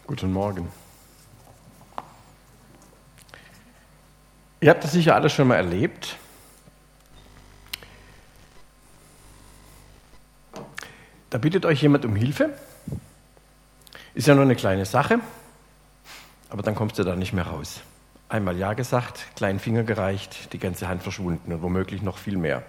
Guten Morgen. Ihr habt das sicher alles schon mal erlebt. Da bittet euch jemand um Hilfe. Ist ja nur eine kleine Sache, aber dann kommst du da nicht mehr raus. Einmal Ja gesagt, kleinen Finger gereicht, die ganze Hand verschwunden und womöglich noch viel mehr.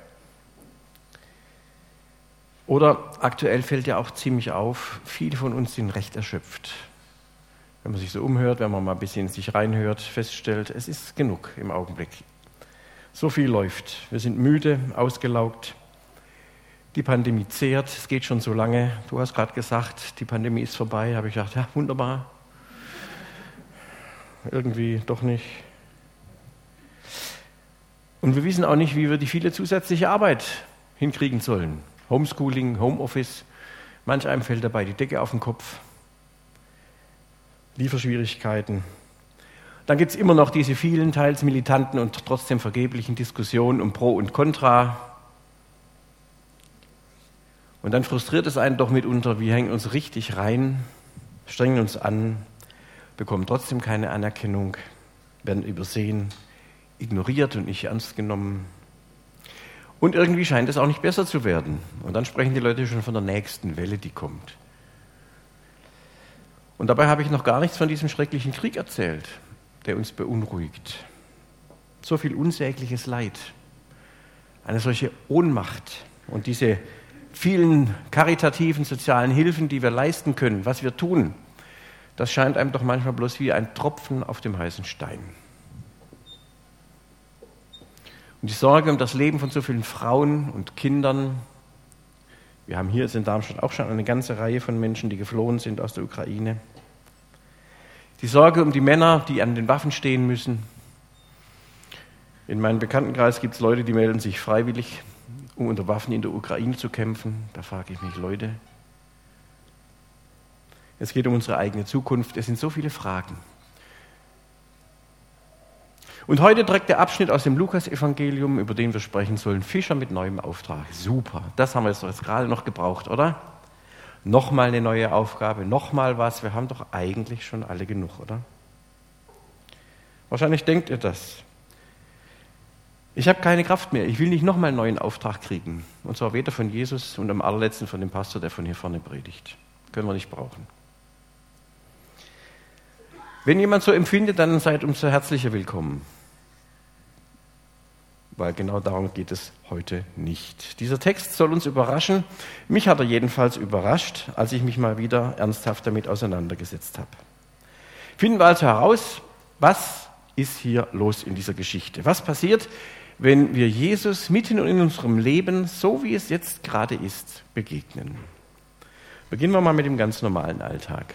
Oder aktuell fällt ja auch ziemlich auf, viele von uns sind recht erschöpft. Wenn man sich so umhört, wenn man mal ein bisschen in sich reinhört, feststellt, es ist genug im Augenblick. So viel läuft. Wir sind müde, ausgelaugt. Die Pandemie zehrt, es geht schon so lange. Du hast gerade gesagt, die Pandemie ist vorbei. Habe ich gedacht, ja, wunderbar. Irgendwie doch nicht. Und wir wissen auch nicht, wie wir die viele zusätzliche Arbeit hinkriegen sollen. Homeschooling, Homeoffice, manch einem fällt dabei die Decke auf den Kopf. Lieferschwierigkeiten. Dann gibt es immer noch diese vielen, teils militanten und trotzdem vergeblichen Diskussionen um Pro und Contra. Und dann frustriert es einen doch mitunter, wir hängen uns richtig rein, strengen uns an, bekommen trotzdem keine Anerkennung, werden übersehen, ignoriert und nicht ernst genommen. Und irgendwie scheint es auch nicht besser zu werden. Und dann sprechen die Leute schon von der nächsten Welle, die kommt. Und dabei habe ich noch gar nichts von diesem schrecklichen Krieg erzählt, der uns beunruhigt. So viel unsägliches Leid, eine solche Ohnmacht und diese vielen karitativen sozialen Hilfen, die wir leisten können, was wir tun, das scheint einem doch manchmal bloß wie ein Tropfen auf dem heißen Stein. Und die Sorge um das Leben von so vielen Frauen und Kindern. Wir haben hier in Darmstadt auch schon eine ganze Reihe von Menschen, die geflohen sind aus der Ukraine. Die Sorge um die Männer, die an den Waffen stehen müssen. In meinem Bekanntenkreis gibt es Leute, die melden sich freiwillig, um unter Waffen in der Ukraine zu kämpfen. Da frage ich mich, Leute, es geht um unsere eigene Zukunft. Es sind so viele Fragen. Und heute trägt der Abschnitt aus dem Lukas-Evangelium, über den wir sprechen sollen, Fischer mit neuem Auftrag. Super, das haben wir jetzt gerade noch gebraucht, oder? Nochmal eine neue Aufgabe, nochmal was. Wir haben doch eigentlich schon alle genug, oder? Wahrscheinlich denkt ihr das. Ich habe keine Kraft mehr. Ich will nicht nochmal einen neuen Auftrag kriegen. Und zwar weder von Jesus und am allerletzten von dem Pastor, der von hier vorne predigt. Können wir nicht brauchen. Wenn jemand so empfindet, dann seid umso herzlicher willkommen. Weil genau darum geht es heute nicht. Dieser Text soll uns überraschen. Mich hat er jedenfalls überrascht, als ich mich mal wieder ernsthaft damit auseinandergesetzt habe. Finden wir also heraus, was ist hier los in dieser Geschichte? Was passiert, wenn wir Jesus mitten in unserem Leben, so wie es jetzt gerade ist, begegnen? Beginnen wir mal mit dem ganz normalen Alltag.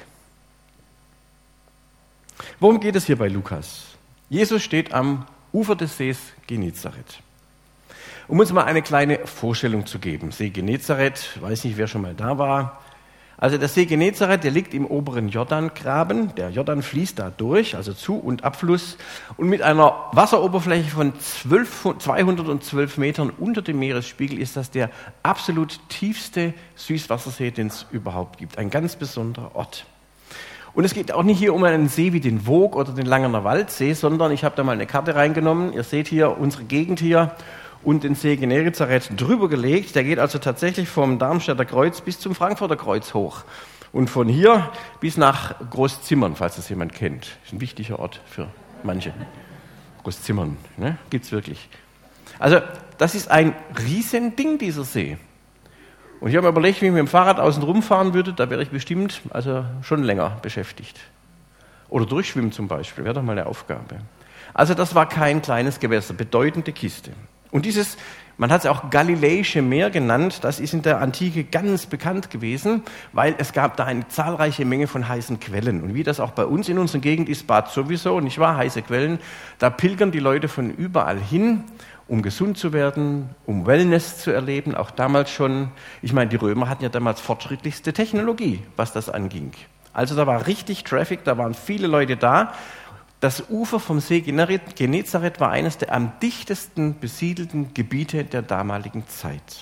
Worum geht es hier bei Lukas? Jesus steht am Ufer des Sees Genezareth. Um uns mal eine kleine Vorstellung zu geben. See Genezareth, weiß nicht, wer schon mal da war. Also der See Genezareth, der liegt im oberen Jordangraben. Der Jordan fließt da durch, also Zu- und Abfluss. Und mit einer Wasseroberfläche von 212 Metern unter dem Meeresspiegel ist das der absolut tiefste Süßwassersee, den es überhaupt gibt. Ein ganz besonderer Ort. Und es geht auch nicht hier um einen See wie den Voog oder den Langener Waldsee, sondern ich habe da mal eine Karte reingenommen. Ihr seht hier unsere Gegend hier und den See Genezareth drüber gelegt. Der geht also tatsächlich vom Darmstädter Kreuz bis zum Frankfurter Kreuz hoch. Und von hier bis nach Großzimmern, falls das jemand kennt. Das ist ein wichtiger Ort für manche. Großzimmern, ne? Gibt es wirklich. Also das ist ein Riesending, dieser See. Und ich habe mir überlegt, wie ich mit dem Fahrrad außen rumfahren würde, da wäre ich bestimmt schon länger beschäftigt. Oder durchschwimmen zum Beispiel, wäre doch mal eine Aufgabe. Also das war kein kleines Gewässer, bedeutende Kiste. Und dieses, man hat es auch Galiläische Meer genannt, das ist in der Antike ganz bekannt gewesen, weil es gab da eine zahlreiche Menge von heißen Quellen. Und wie das auch bei uns in unserer Gegend ist, Bad sowieso, nicht wahr, heiße Quellen, da pilgern die Leute von überall hin, um gesund zu werden, um Wellness zu erleben, auch damals schon. Ich meine, die Römer hatten ja damals fortschrittlichste Technologie, was das anging. Also da war richtig Traffic, da waren viele Leute da. Das Ufer vom See Genezareth war eines der am dichtesten besiedelten Gebiete der damaligen Zeit.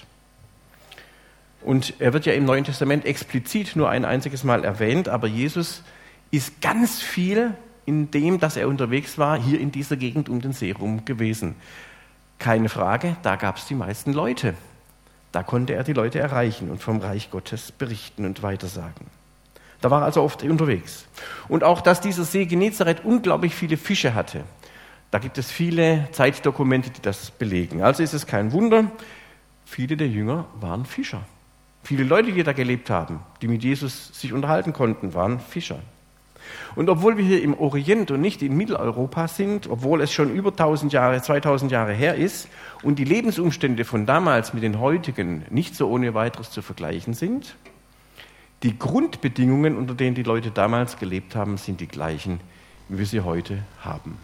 Und er wird ja im Neuen Testament explizit nur ein einziges Mal erwähnt, aber Jesus ist ganz viel in dem, dass er unterwegs war, hier in dieser Gegend um den See rum gewesen. Keine Frage, da gab es die meisten Leute. Da konnte er die Leute erreichen und vom Reich Gottes berichten und weitersagen. Da war er also oft unterwegs. Und auch, dass dieser See Genezareth unglaublich viele Fische hatte. Da gibt es viele Zeitdokumente, die das belegen. Also ist es kein Wunder, viele der Jünger waren Fischer. Viele Leute, die da gelebt haben, die mit Jesus sich unterhalten konnten, waren Fischer. Und obwohl wir hier im Orient und nicht in Mitteleuropa sind, obwohl es schon über 1000 Jahre, 2000 Jahre her ist und die Lebensumstände von damals mit den heutigen nicht so ohne weiteres zu vergleichen sind, die Grundbedingungen, unter denen die Leute damals gelebt haben, sind die gleichen, wie wir sie heute haben.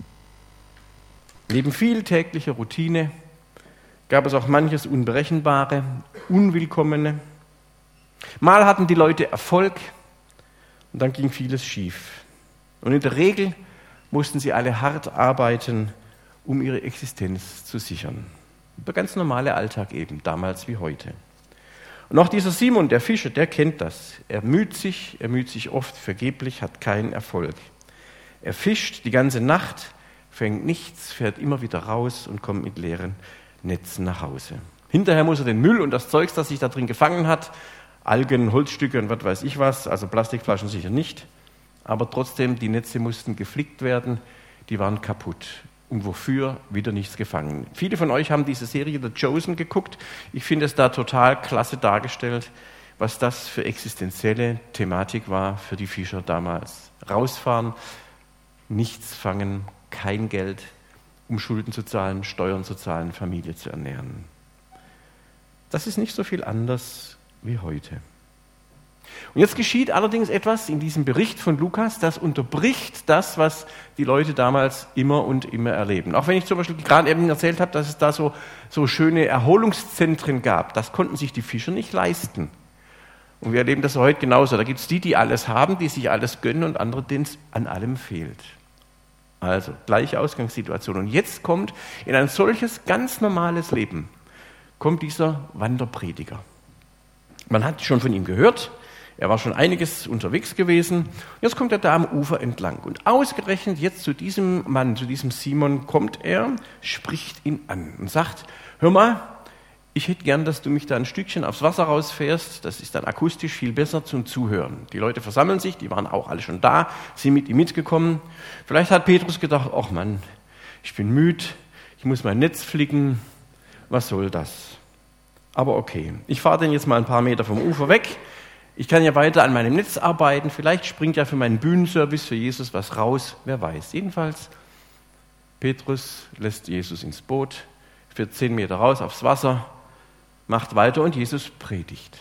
Neben viel täglicher Routine gab es auch manches Unberechenbare, Unwillkommene. Mal hatten die Leute Erfolg und dann ging vieles schief. Und in der Regel mussten sie alle hart arbeiten, um ihre Existenz zu sichern. Der ganz normale Alltag eben, damals wie heute. Und auch dieser Simon, der Fischer, der kennt das. Er müht sich oft vergeblich, hat keinen Erfolg. Er fischt die ganze Nacht, fängt nichts, fährt immer wieder raus und kommt mit leeren Netzen nach Hause. Hinterher muss er den Müll und das Zeugs, das sich da drin gefangen hat, Algen, Holzstücke und was weiß ich was, also Plastikflaschen sicher nicht, aber trotzdem, die Netze mussten geflickt werden, die waren kaputt. Und wofür? Wieder nichts gefangen. Viele von euch haben diese Serie The Chosen geguckt. Ich finde es da total klasse dargestellt, was das für existenzielle Thematik war für die Fischer damals. Rausfahren, nichts fangen, kein Geld, um Schulden zu zahlen, Steuern zu zahlen, Familie zu ernähren. Das ist nicht so viel anders wie heute. Und jetzt geschieht allerdings etwas in diesem Bericht von Lukas, das unterbricht das, was die Leute damals immer und immer erleben. Auch wenn ich zum Beispiel gerade eben erzählt habe, dass es da so schöne Erholungszentren gab, das konnten sich die Fischer nicht leisten. Und wir erleben das heute genauso. Da gibt es die alles haben, die sich alles gönnen und andere, denen es an allem fehlt. Also, gleiche Ausgangssituation. Und jetzt kommt in ein solches ganz normales Leben, kommt dieser Wanderprediger. Man hat schon von ihm gehört, er war schon einiges unterwegs gewesen. Jetzt kommt er da am Ufer entlang. Und ausgerechnet jetzt zu diesem Mann, zu diesem Simon, kommt er, spricht ihn an und sagt, hör mal, ich hätte gern, dass du mich da ein Stückchen aufs Wasser rausfährst. Das ist dann akustisch viel besser zum Zuhören. Die Leute versammeln sich, die waren auch alle schon da, sind mit ihm mitgekommen. Vielleicht hat Petrus gedacht, ach Mann, ich bin müde, ich muss mein Netz flicken, was soll das? Aber okay, ich fahre dann jetzt mal ein paar Meter vom Ufer weg. Ich kann ja weiter an meinem Netz arbeiten. Vielleicht springt ja für meinen Bühnenservice für Jesus was raus. Wer weiß. Jedenfalls, Petrus lässt Jesus ins Boot, fährt 10 Meter raus aufs Wasser, macht weiter und Jesus predigt.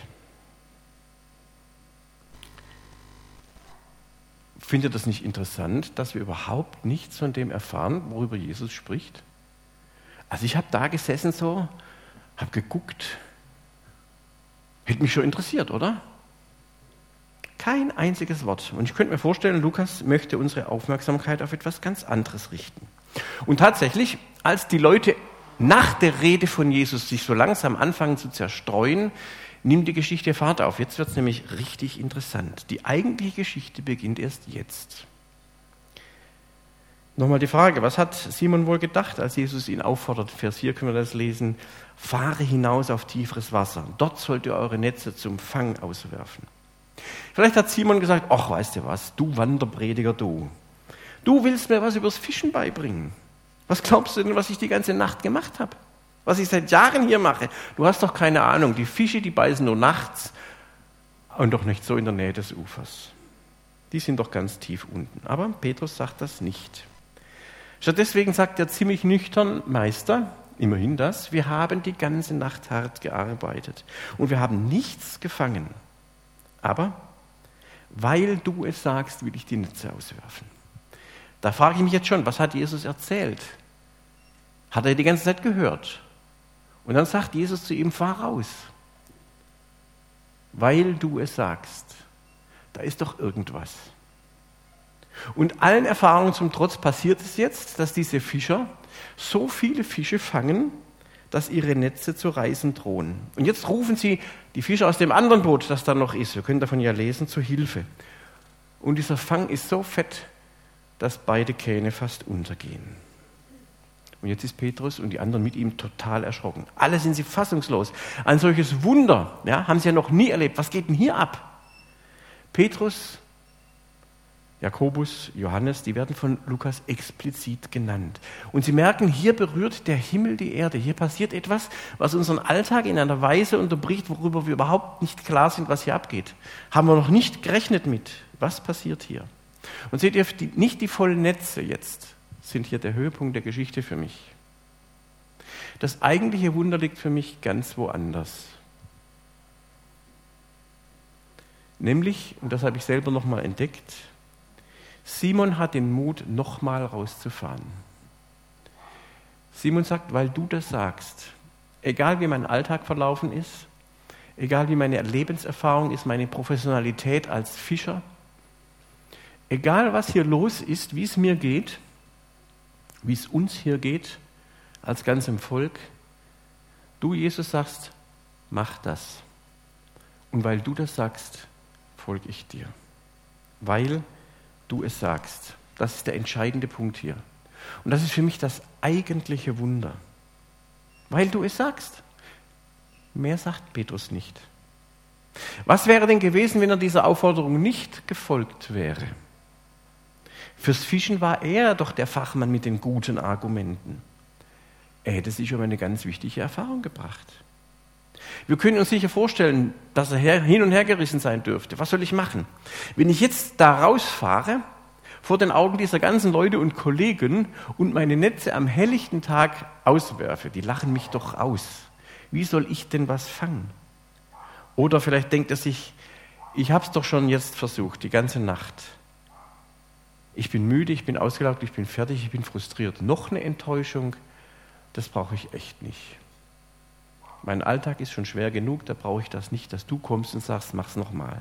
Findet ihr das nicht interessant, dass wir überhaupt nichts von dem erfahren, worüber Jesus spricht? Also ich habe da gesessen so, habe geguckt, hätte mich schon interessiert, oder? Kein einziges Wort. Und ich könnte mir vorstellen, Lukas möchte unsere Aufmerksamkeit auf etwas ganz anderes richten. Und tatsächlich, als die Leute nach der Rede von Jesus sich so langsam anfangen zu zerstreuen, nimmt die Geschichte Fahrt auf. Jetzt wird es nämlich richtig interessant. Die eigentliche Geschichte beginnt erst jetzt. Nochmal die Frage, was hat Simon wohl gedacht, als Jesus ihn auffordert? Vers 4 können wir das lesen. Fahre hinaus auf tieferes Wasser. Dort sollt ihr eure Netze zum Fang auswerfen. Vielleicht hat Simon gesagt, ach, weißt du was, du Wanderprediger, du. Du willst mir was übers Fischen beibringen. Was glaubst du denn, was ich die ganze Nacht gemacht habe? Was ich seit Jahren hier mache? Du hast doch keine Ahnung. Die Fische, die beißen nur nachts und doch nicht so in der Nähe des Ufers. Die sind doch ganz tief unten. Aber Petrus sagt das nicht. Stattdessen sagt er ziemlich nüchtern, Meister, immerhin das, wir haben die ganze Nacht hart gearbeitet und wir haben nichts gefangen. Aber weil du es sagst, will ich die Netze auswerfen. Da frage ich mich jetzt schon, was hat Jesus erzählt? Hat er die ganze Zeit gehört? Und dann sagt Jesus zu ihm, fahr raus. Weil du es sagst. Da ist doch irgendwas. Und allen Erfahrungen zum Trotz passiert es jetzt, dass diese Fischer so viele Fische fangen, dass ihre Netze zu reißen drohen. Und jetzt rufen sie die Fischer aus dem anderen Boot, das da noch ist, wir können davon ja lesen, zur Hilfe. und dieser Fang ist so fett, dass beide Kähne fast untergehen. Und jetzt ist Petrus und die anderen mit ihm total erschrocken. Alle sind sie fassungslos. Ein solches Wunder, ja, haben sie ja noch nie erlebt. Was geht denn hier ab? Petrus, Jakobus, Johannes, die werden von Lukas explizit genannt. Und sie merken, hier berührt der Himmel die Erde. Hier passiert etwas, was unseren Alltag in einer Weise unterbricht, worüber wir überhaupt nicht klar sind, was hier abgeht. Haben wir noch nicht gerechnet mit. Was passiert hier? Und seht ihr, nicht die vollen Netze jetzt sind hier der Höhepunkt der Geschichte für mich. Das eigentliche Wunder liegt für mich ganz woanders. Nämlich, und das habe ich selber nochmal entdeckt, Simon hat den Mut, nochmal rauszufahren. Simon sagt, weil du das sagst, egal wie mein Alltag verlaufen ist, egal wie meine Lebenserfahrung ist, meine Professionalität als Fischer, egal was hier los ist, wie es mir geht, wie es uns hier geht, als ganzem Volk, du, Jesus, sagst, mach das. Und weil du das sagst, folge ich dir. Weil du es sagst. Das ist der entscheidende Punkt hier. Und das ist für mich das eigentliche Wunder. Weil du es sagst. Mehr sagt Petrus nicht. Was wäre denn gewesen, wenn er dieser Aufforderung nicht gefolgt wäre? Fürs Fischen war er doch der Fachmann mit den guten Argumenten. Er hätte sich um eine ganz wichtige Erfahrung gebracht. Wir können uns sicher vorstellen, dass er hin und her gerissen sein dürfte. Was soll ich machen? Wenn ich jetzt da rausfahre, vor den Augen dieser ganzen Leute und Kollegen und meine Netze am helllichten Tag auswerfe, die lachen mich doch aus. Wie soll ich denn was fangen? Oder vielleicht denkt er sich, ich habe es doch schon jetzt versucht, die ganze Nacht. Ich bin müde, ich bin ausgelaugt, ich bin fertig, ich bin frustriert. Noch eine Enttäuschung, das brauche ich echt nicht. Mein Alltag ist schon schwer genug, da brauche ich das nicht, dass du kommst und sagst, mach's nochmal.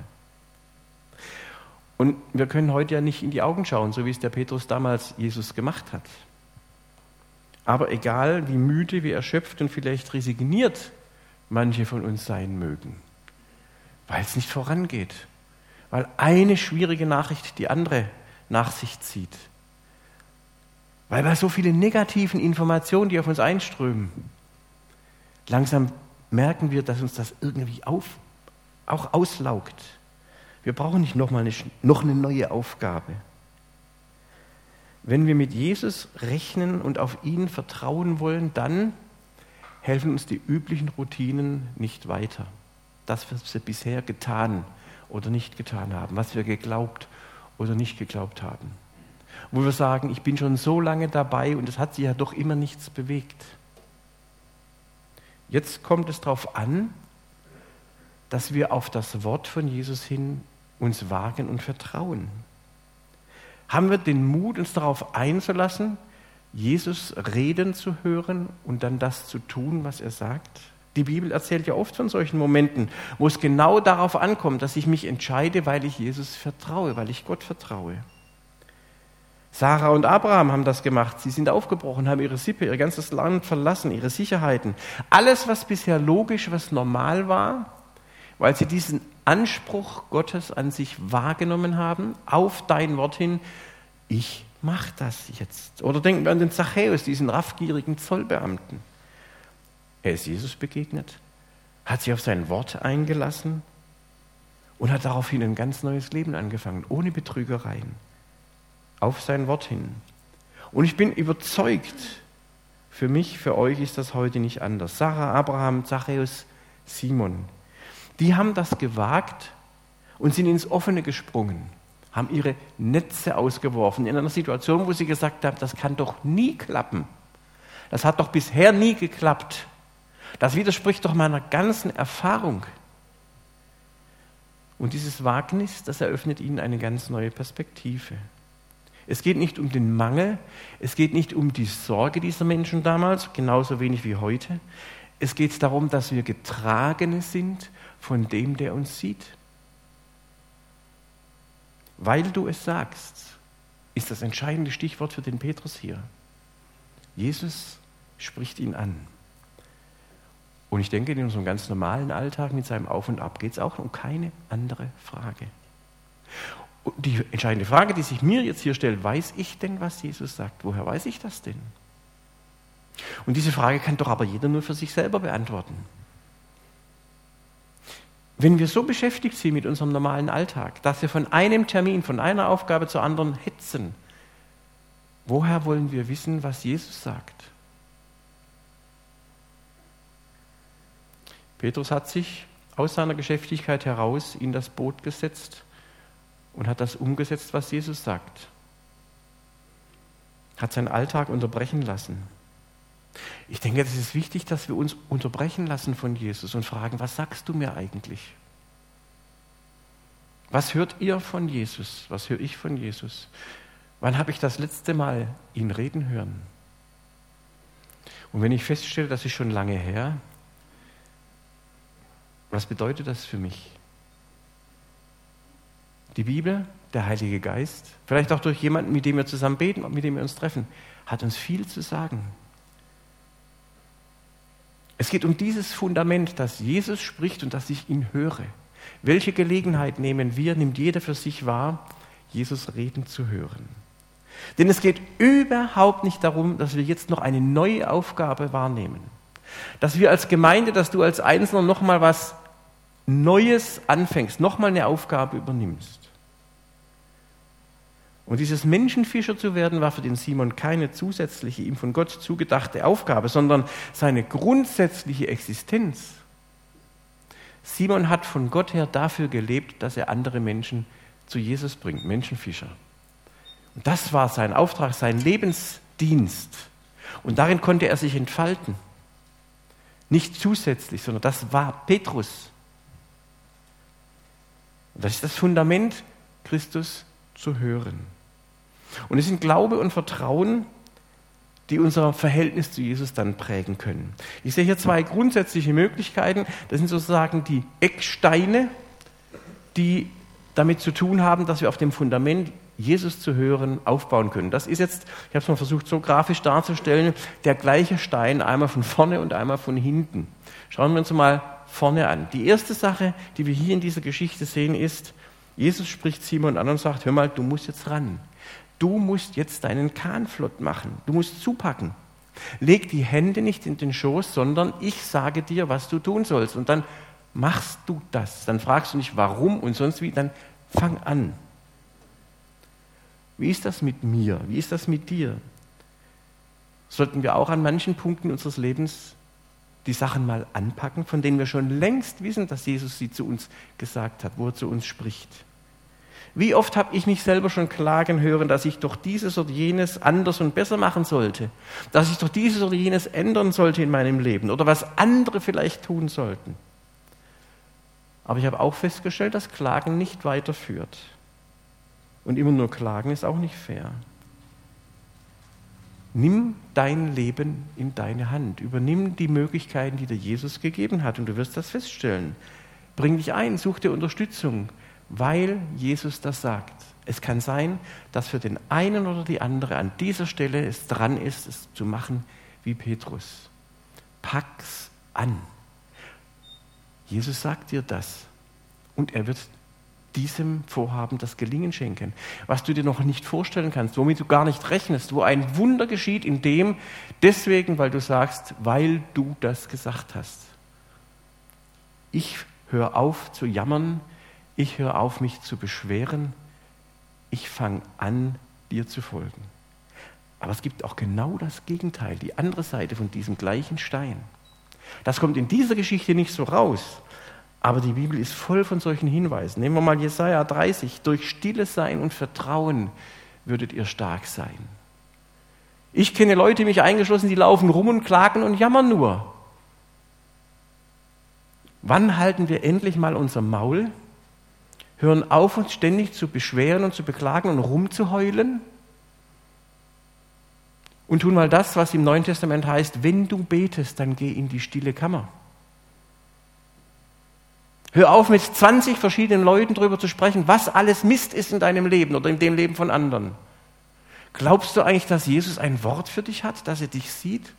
Und wir können heute ja nicht in die Augen schauen, so wie es der Petrus damals Jesus gemacht hat. Aber egal, wie müde, wie erschöpft und vielleicht resigniert manche von uns sein mögen, weil es nicht vorangeht, weil eine schwierige Nachricht die andere nach sich zieht, weil bei so vielen negativen Informationen, die auf uns einströmen, langsam merken wir, dass uns das irgendwie auch auslaugt. Wir brauchen nicht noch eine neue Aufgabe. Wenn wir mit Jesus rechnen und auf ihn vertrauen wollen, dann helfen uns die üblichen Routinen nicht weiter. Das, was wir bisher getan oder nicht getan haben, was wir geglaubt oder nicht geglaubt haben. Wo wir sagen, ich bin schon so lange dabei und es hat sich ja doch immer nichts bewegt. Jetzt kommt es darauf an, dass wir auf das Wort von Jesus hin uns wagen und vertrauen. Haben wir den Mut, uns darauf einzulassen, Jesus reden zu hören und dann das zu tun, was er sagt? Die Bibel erzählt ja oft von solchen Momenten, wo es genau darauf ankommt, dass ich mich entscheide, weil ich Jesus vertraue, weil ich Gott vertraue. Sarah und Abraham haben das gemacht. Sie sind aufgebrochen, haben ihre Sippe, ihr ganzes Land verlassen, ihre Sicherheiten. Alles, was bisher logisch, was normal war, weil sie diesen Anspruch Gottes an sich wahrgenommen haben, auf dein Wort hin, ich mache das jetzt. Oder denken wir an den Zachäus, diesen raffgierigen Zollbeamten. Er ist Jesus begegnet, hat sich auf sein Wort eingelassen und hat daraufhin ein ganz neues Leben angefangen, ohne Betrügereien. Auf sein Wort hin. Und ich bin überzeugt, für mich, für euch ist das heute nicht anders. Sarah, Abraham, Zachäus, Simon, die haben das gewagt und sind ins Offene gesprungen, haben ihre Netze ausgeworfen in einer Situation, wo sie gesagt haben, das kann doch nie klappen. Das hat doch bisher nie geklappt. Das widerspricht doch meiner ganzen Erfahrung. Und dieses Wagnis, das eröffnet ihnen eine ganz neue Perspektive. Es geht nicht um den Mangel, es geht nicht um die Sorge dieser Menschen damals, genauso wenig wie heute. Es geht darum, dass wir Getragene sind von dem, der uns sieht. Weil du es sagst, ist das entscheidende Stichwort für den Petrus hier. Jesus spricht ihn an. Und ich denke, in unserem ganz normalen Alltag mit seinem Auf und Ab geht es auch um keine andere Frage. Und die entscheidende Frage, die sich mir jetzt hier stellt, weiß ich denn, was Jesus sagt? Woher weiß ich das denn? Und diese Frage kann doch aber jeder nur für sich selber beantworten. Wenn wir so beschäftigt sind mit unserem normalen Alltag, dass wir von einem Termin, von einer Aufgabe zur anderen hetzen, woher wollen wir wissen, was Jesus sagt? Petrus hat sich aus seiner Geschäftigkeit heraus in das Boot gesetzt und hat das umgesetzt, was Jesus sagt. Hat seinen Alltag unterbrechen lassen. Ich denke, es ist wichtig, dass wir uns unterbrechen lassen von Jesus und fragen, was sagst du mir eigentlich? Was hört ihr von Jesus? Was höre ich von Jesus? Wann habe ich das letzte Mal ihn reden hören? Und wenn ich feststelle, das ist schon lange her, was bedeutet das für mich? Die Bibel, der Heilige Geist, vielleicht auch durch jemanden, mit dem wir zusammen beten, mit dem wir uns treffen, hat uns viel zu sagen. Es geht um dieses Fundament, dass Jesus spricht und dass ich ihn höre. Welche Gelegenheit nimmt jeder für sich wahr, Jesus reden zu hören? Denn es geht überhaupt nicht darum, dass wir jetzt noch eine neue Aufgabe wahrnehmen. Dass wir als Gemeinde, dass du als Einzelner nochmal was Neues anfängst, nochmal eine Aufgabe übernimmst. Und dieses Menschenfischer zu werden, war für den Simon keine zusätzliche, ihm von Gott zugedachte Aufgabe, sondern seine grundsätzliche Existenz. Simon hat von Gott her dafür gelebt, dass er andere Menschen zu Jesus bringt, Menschenfischer. Und das war sein Auftrag, sein Lebensdienst. Und darin konnte er sich entfalten. Nicht zusätzlich, sondern das war Petrus. Und das ist das Fundament, Christus zu hören. Und es sind Glaube und Vertrauen, die unser Verhältnis zu Jesus dann prägen können. Ich sehe hier zwei grundsätzliche Möglichkeiten. Das sind sozusagen die Ecksteine, die damit zu tun haben, dass wir auf dem Fundament, Jesus zu hören, aufbauen können. Das ist jetzt, ich habe es mal versucht, so grafisch darzustellen, der gleiche Stein, einmal von vorne und einmal von hinten. Schauen wir uns mal vorne an. Die erste Sache, die wir hier in dieser Geschichte sehen, ist, Jesus spricht Simon an und sagt, hör mal, du musst jetzt ran. Du musst jetzt deinen Kahn flott machen. Du musst zupacken. Leg die Hände nicht in den Schoß, sondern ich sage dir, was du tun sollst. Und dann machst du das. Dann fragst du nicht, warum und sonst wie. Dann fang an. Wie ist das mit mir? Wie ist das mit dir? Sollten wir auch an manchen Punkten unseres Lebens die Sachen mal anpacken, von denen wir schon längst wissen, dass Jesus sie zu uns gesagt hat, wo er zu uns spricht? Wie oft habe ich mich selber schon klagen hören, dass ich doch dieses oder jenes anders und besser machen sollte, dass ich doch dieses oder jenes ändern sollte in meinem Leben oder was andere vielleicht tun sollten. Aber ich habe auch festgestellt, dass Klagen nicht weiterführt. Und immer nur klagen ist auch nicht fair. Nimm dein Leben in deine Hand. Übernimm die Möglichkeiten, die dir Jesus gegeben hat, und du wirst das feststellen. Bring dich ein, such dir Unterstützung, weil Jesus das sagt. Es kann sein, dass für den einen oder die andere an dieser Stelle es dran ist, es zu machen wie Petrus. Pack's an. Jesus sagt dir das und er wird diesem Vorhaben das Gelingen schenken. Was du dir noch nicht vorstellen kannst, womit du gar nicht rechnest, wo ein Wunder geschieht in dem, deswegen, weil du sagst, weil du das gesagt hast. Ich höre auf zu jammern, ich höre auf, mich zu beschweren, ich fange an, dir zu folgen. Aber es gibt auch genau das Gegenteil, die andere Seite von diesem gleichen Stein. Das kommt in dieser Geschichte nicht so raus, aber die Bibel ist voll von solchen Hinweisen. Nehmen wir mal Jesaja 30. Durch stilles Sein und Vertrauen würdet ihr stark sein. Ich kenne Leute, mich eingeschlossen, die laufen rum und klagen und jammern nur. Wann halten wir endlich mal unser Maul, hören auf, uns ständig zu beschweren und zu beklagen und rumzuheulen und tun mal das, was im Neuen Testament heißt, wenn du betest, dann geh in die stille Kammer. Hör auf, mit 20 verschiedenen Leuten darüber zu sprechen, was alles Mist ist in deinem Leben oder in dem Leben von anderen. Glaubst du eigentlich, dass Jesus ein Wort für dich hat, dass er dich sieht?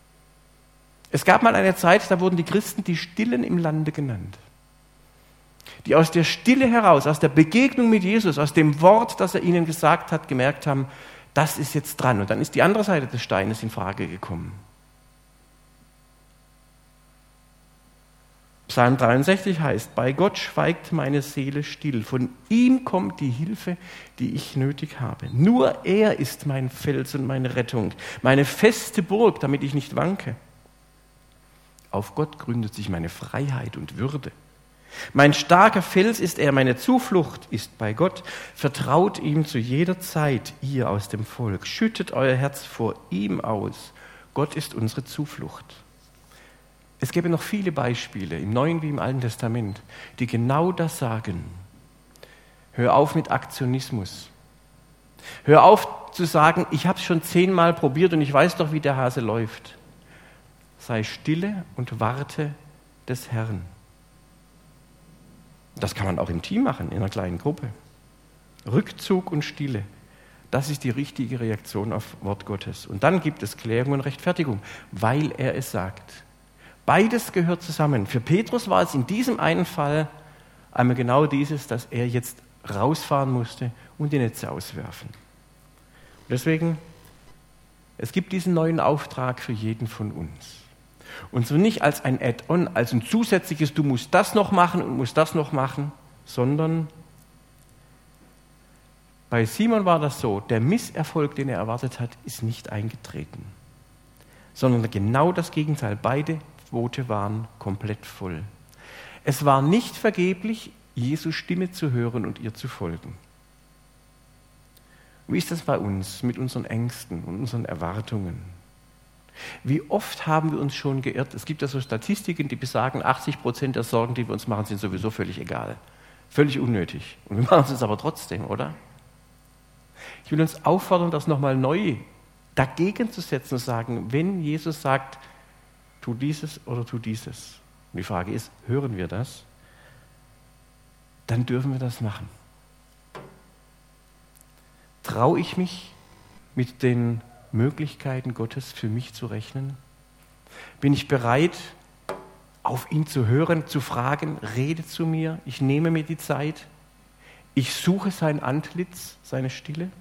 Es gab mal eine Zeit, da wurden die Christen die Stillen im Lande genannt. die aus der Stille heraus, aus der Begegnung mit Jesus, aus dem Wort, das er ihnen gesagt hat, gemerkt haben, das ist jetzt dran. Und dann ist die andere Seite des Steines in Frage gekommen. Psalm 63 heißt, bei Gott schweigt meine Seele still, von ihm kommt die Hilfe, die ich nötig habe. Nur er ist mein Fels und meine Rettung, meine feste Burg, damit ich nicht wanke. Auf Gott gründet sich meine Freiheit und Würde. Mein starker Fels ist er, meine Zuflucht ist bei Gott. Vertraut ihm zu jeder Zeit, ihr aus dem Volk. Schüttet euer Herz vor ihm aus. Gott ist unsere Zuflucht. Es gäbe noch viele Beispiele, im Neuen wie im Alten Testament, die genau das sagen. Hör auf mit Aktionismus. Hör auf zu sagen, ich habe es schon 10-mal probiert und ich weiß doch, wie der Hase läuft. Sei stille und warte des Herrn. Das kann man auch im Team machen, in einer kleinen Gruppe. Rückzug und Stille, das ist die richtige Reaktion auf Wort Gottes. Und dann gibt es Klärung und Rechtfertigung, weil er es sagt. Beides gehört zusammen. Für Petrus war es in diesem einen Fall einmal genau dieses, dass er jetzt rausfahren musste und die Netze auswerfen. Deswegen, es gibt diesen neuen Auftrag für jeden von uns. Und so nicht als ein Add-on, als ein zusätzliches, du musst das noch machen und musst das noch machen, sondern bei Simon war das so, der Misserfolg, den er erwartet hat, ist nicht eingetreten, sondern genau das Gegenteil. Beide Boote waren komplett voll. Es war nicht vergeblich, Jesu Stimme zu hören und ihr zu folgen. Wie ist das bei uns mit unseren Ängsten und unseren Erwartungen? Wie oft haben wir uns schon geirrt? Es gibt ja so Statistiken, die besagen, 80% der Sorgen, die wir uns machen, sind sowieso völlig egal. Völlig unnötig. Und wir machen es uns aber trotzdem, oder? Ich will uns auffordern, das nochmal neu dagegen zu setzen und sagen, wenn Jesus sagt, tu dieses oder tu dieses. Und die Frage ist, hören wir das? Dann dürfen wir das machen. Traue ich mich mit den Möglichkeiten Gottes für mich zu rechnen? Bin ich bereit, auf ihn zu hören, zu fragen, rede zu mir, ich nehme mir die Zeit, ich suche sein Antlitz, seine Stille?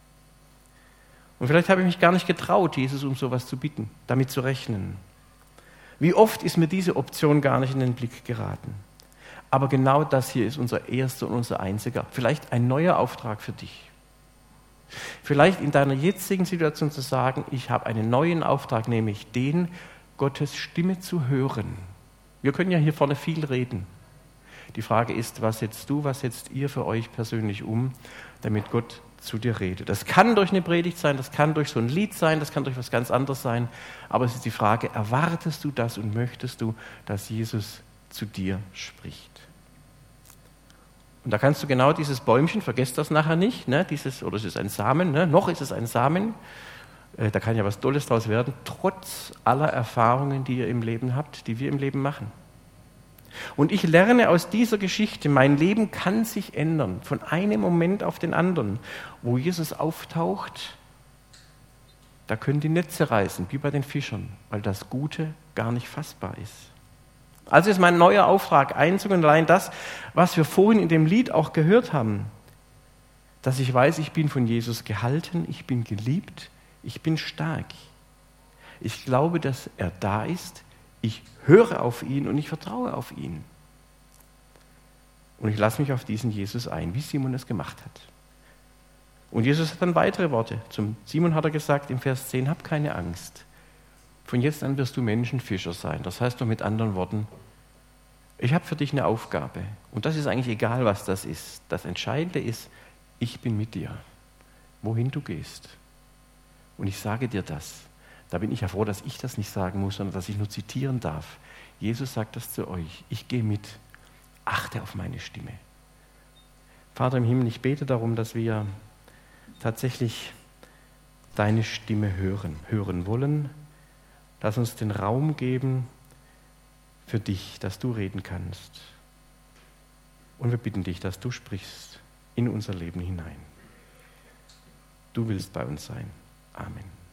Und vielleicht habe ich mich gar nicht getraut, Jesus um sowas zu bitten, damit zu rechnen. Wie oft ist mir diese Option gar nicht in den Blick geraten? Aber genau das hier ist unser erster und unser einziger, vielleicht ein neuer Auftrag für dich. Vielleicht in deiner jetzigen Situation zu sagen, ich habe einen neuen Auftrag, nämlich den, Gottes Stimme zu hören. Wir können ja hier vorne viel reden. Die Frage ist, was setzt du, was setzt ihr für euch persönlich um, damit Gott zu dir redet. Das kann durch eine Predigt sein, das kann durch so ein Lied sein, das kann durch was ganz anderes sein, aber es ist die Frage, erwartest du das und möchtest du, dass Jesus zu dir spricht? Und da kannst du genau dieses Bäumchen, vergesst das nachher nicht, ne, oder es ist ein Samen, ne, noch ist es ein Samen, da kann ja was Tolles draus werden, trotz aller Erfahrungen, die ihr im Leben habt, die wir im Leben machen. Und ich lerne aus dieser Geschichte, mein Leben kann sich ändern, von einem Moment auf den anderen. Wo Jesus auftaucht, da können die Netze reißen, wie bei den Fischern, weil das Gute gar nicht fassbar ist. Also ist mein neuer Auftrag einzig und allein das, was wir vorhin in dem Lied auch gehört haben, dass ich weiß, ich bin von Jesus gehalten, ich bin geliebt, ich bin stark. Ich glaube, dass er da ist, ich höre auf ihn und ich vertraue auf ihn. Und ich lasse mich auf diesen Jesus ein, wie Simon es gemacht hat. Und Jesus hat dann weitere Worte. Zum Simon hat er gesagt im Vers 10, hab keine Angst. Von jetzt an wirst du Menschenfischer sein. Das heißt doch mit anderen Worten, ich habe für dich eine Aufgabe. Und das ist eigentlich egal, was das ist. Das Entscheidende ist, ich bin mit dir, wohin du gehst. Und ich sage dir das. Da bin ich ja froh, dass ich das nicht sagen muss, sondern dass ich nur zitieren darf. Jesus sagt das zu euch. Ich gehe mit. Achte auf meine Stimme. Vater im Himmel, ich bete darum, dass wir tatsächlich deine Stimme hören wollen. Lass uns den Raum geben für dich, dass du reden kannst. Und wir bitten dich, dass du sprichst in unser Leben hinein. Du willst bei uns sein. Amen.